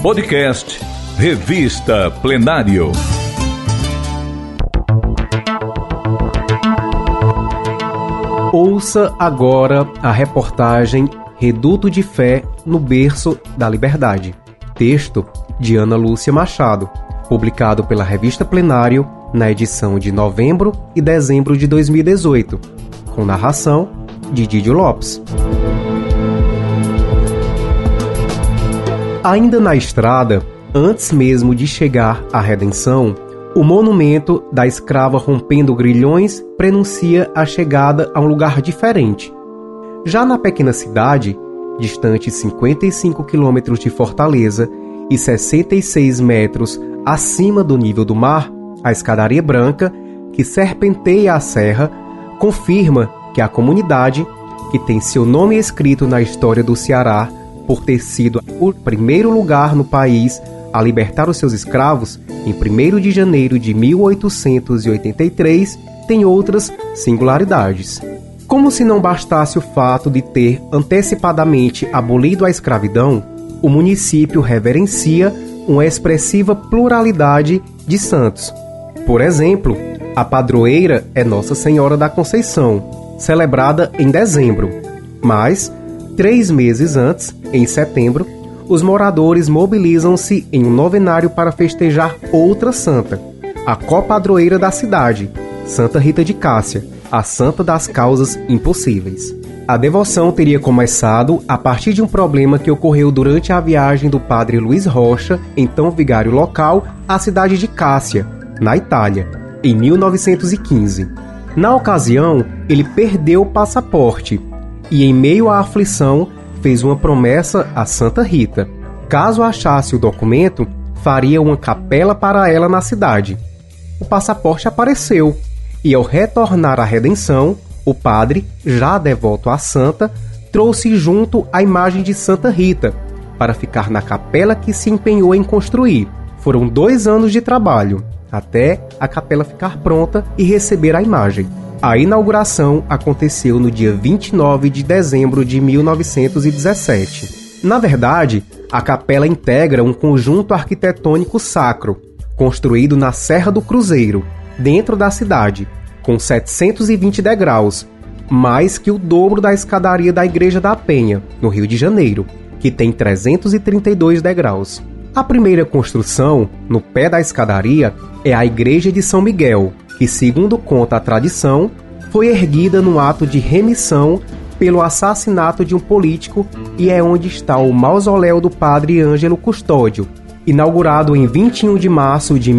Podcast Revista Plenário. Ouça agora a reportagem Reduto de Fé no Berço da Liberdade. Texto de Ana Lúcia Machado, publicado pela Revista Plenário na edição de novembro e dezembro de 2018, com narração de Didio Lopes. Ainda na estrada, antes mesmo de chegar à redenção, o monumento da escrava rompendo grilhões prenuncia a chegada a um lugar diferente. Já na pequena cidade, distante 55 quilômetros de Fortaleza e 66 metros acima do nível do mar, a escadaria branca, que serpenteia a serra, confirma que a comunidade, que tem seu nome escrito na história do Ceará por ter sido o primeiro lugar no país a libertar os seus escravos, em 1º de janeiro de 1883, tem outras singularidades. Como se não bastasse o fato de ter antecipadamente abolido a escravidão, o município reverencia uma expressiva pluralidade de santos. Por exemplo, a padroeira é Nossa Senhora da Conceição, celebrada em dezembro, mas 3 meses antes, em setembro, os moradores mobilizam-se em um novenário para festejar outra santa, a copadroeira da cidade, Santa Rita de Cássia, a santa das causas impossíveis. A devoção teria começado a partir de um problema que ocorreu durante a viagem do padre Luiz Rocha, então vigário local, à cidade de Cássia, na Itália, em 1915. Na ocasião, ele perdeu o passaporte e, em meio à aflição, fez uma promessa a Santa Rita. Caso achasse o documento, faria uma capela para ela na cidade. O passaporte apareceu, e ao retornar à redenção, o padre, já devoto à santa, trouxe junto a imagem de Santa Rita, para ficar na capela que se empenhou em construir. Foram 2 anos de trabalho, até a capela ficar pronta e receber a imagem. A inauguração aconteceu no dia 29 de dezembro de 1917. Na verdade, a capela integra um conjunto arquitetônico sacro, construído na Serra do Cruzeiro, dentro da cidade, com 720 degraus, mais que o dobro da escadaria da Igreja da Penha, no Rio de Janeiro, que tem 332 degraus. A primeira construção, no pé da escadaria, é a Igreja de São Miguel, que, segundo conta a tradição, foi erguida num ato de remissão pelo assassinato de um político e é onde está o mausoléu do padre Ângelo Custódio, inaugurado em 21 de março de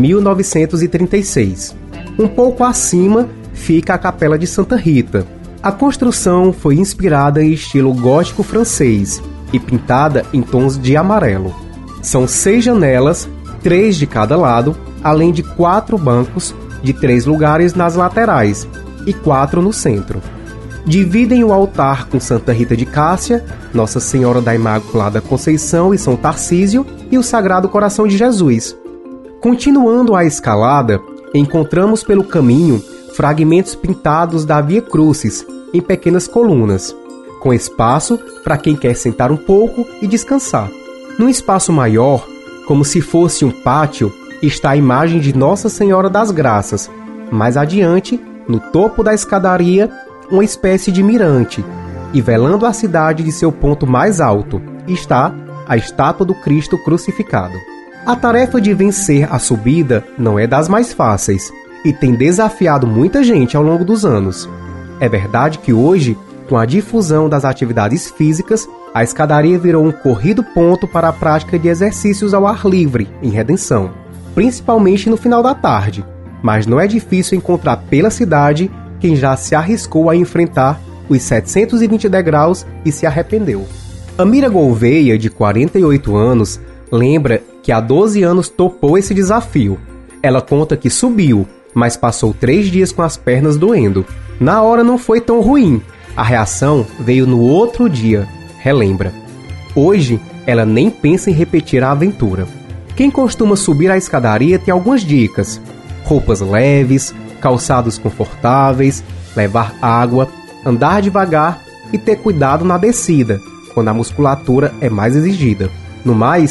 1936. Um pouco acima fica a Capela de Santa Rita. A construção foi inspirada em estilo gótico francês e pintada em tons de amarelo. São 6 janelas, 3 de cada lado, além de 4 bancos de 3 lugares nas laterais e 4 no centro. Dividem o altar com Santa Rita de Cássia, Nossa Senhora da Imaculada Conceição e São Tarcísio e o Sagrado Coração de Jesus. Continuando a escalada, encontramos pelo caminho fragmentos pintados da Via Crucis em pequenas colunas, com espaço para quem quer sentar um pouco e descansar. Num espaço maior, como se fosse um pátio, está a imagem de Nossa Senhora das Graças. Mais adiante, no topo da escadaria, uma espécie de mirante, e velando a cidade de seu ponto mais alto, está a estátua do Cristo crucificado. A tarefa de vencer a subida não é das mais fáceis, e tem desafiado muita gente ao longo dos anos. É verdade que hoje, com a difusão das atividades físicas, a escadaria virou um corrido ponto para a prática de exercícios ao ar livre, em Redenção, principalmente no final da tarde, mas não é difícil encontrar pela cidade quem já se arriscou a enfrentar os 720 degraus e se arrependeu. Amira Gouveia, de 48 anos, lembra que há 12 anos topou esse desafio. Ela conta que subiu, mas passou 3 dias com as pernas doendo. Na hora não foi tão ruim, a reação veio no outro dia, relembra. Hoje, ela nem pensa em repetir a aventura. Quem costuma subir a escadaria tem algumas dicas: roupas leves, calçados confortáveis, levar água, andar devagar e ter cuidado na descida, quando a musculatura é mais exigida. No mais,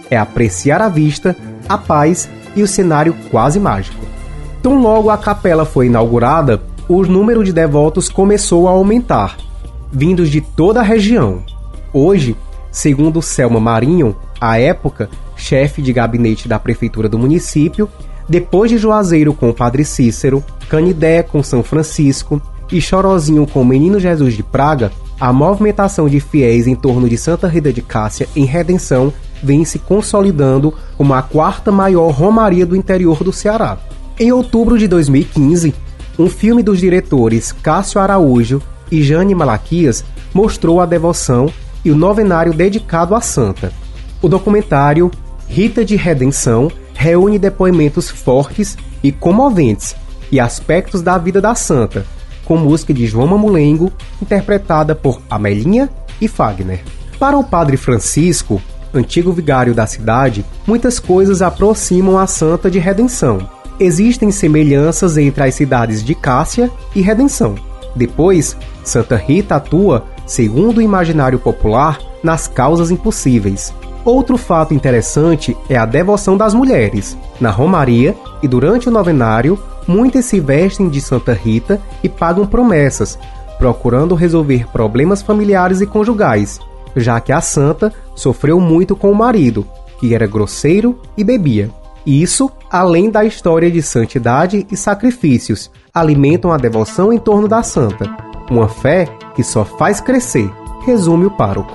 é apreciar à vista a paz e o cenário quase mágico. Tão logo a capela foi inaugurada, o número de devotos começou a aumentar, vindos de toda a região. Hoje, segundo Selma Marinho, à época chefe de gabinete da prefeitura do município, depois de Juazeiro com o Padre Cícero, Canidé com São Francisco e Chorozinho com o Menino Jesus de Praga, a movimentação de fiéis em torno de Santa Rita de Cássia em Redenção vem se consolidando como a quarta maior romaria do interior do Ceará. Em outubro de 2015, um filme dos diretores Cássio Araújo e Jane Malaquias mostrou a devoção e o novenário dedicado à santa. O documentário Rita de Redenção reúne depoimentos fortes e comoventes e aspectos da vida da santa, com música de João Mamulengo, interpretada por Amelinha e Fagner. Para o Padre Francisco, antigo vigário da cidade, muitas coisas aproximam a Santa de Redenção. Existem semelhanças entre as cidades de Cássia e Redenção. Depois, Santa Rita atua, segundo o imaginário popular, nas causas impossíveis. Outro fato interessante é a devoção das mulheres. Na romaria e durante o novenário, muitas se vestem de Santa Rita e pagam promessas, procurando resolver problemas familiares e conjugais, já que a santa sofreu muito com o marido, que era grosseiro e bebia. Isso, além da história de santidade e sacrifícios, alimentam a devoção em torno da santa. Uma fé que só faz crescer, resume o pároco.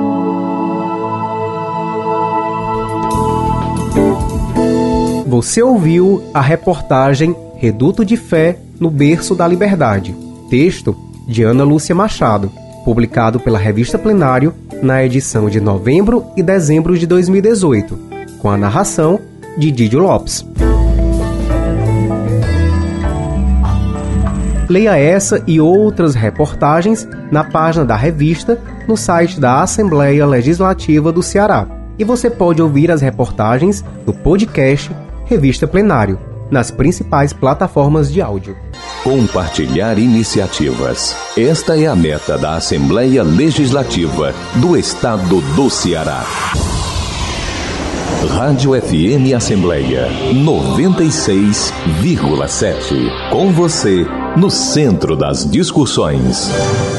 Você ouviu a reportagem Reduto de Fé no Berço da Liberdade, texto de Ana Lúcia Machado, publicado pela Revista Plenário na edição de novembro e dezembro de 2018, com a narração de Didio Lopes. Leia essa e outras reportagens na página da revista no site da Assembleia Legislativa do Ceará. E você pode ouvir as reportagens no podcast Revista Plenário, nas principais plataformas de áudio. Compartilhar iniciativas. Esta é a meta da Assembleia Legislativa do Estado do Ceará. Rádio FM Assembleia 96,7. Com você, no centro das discussões.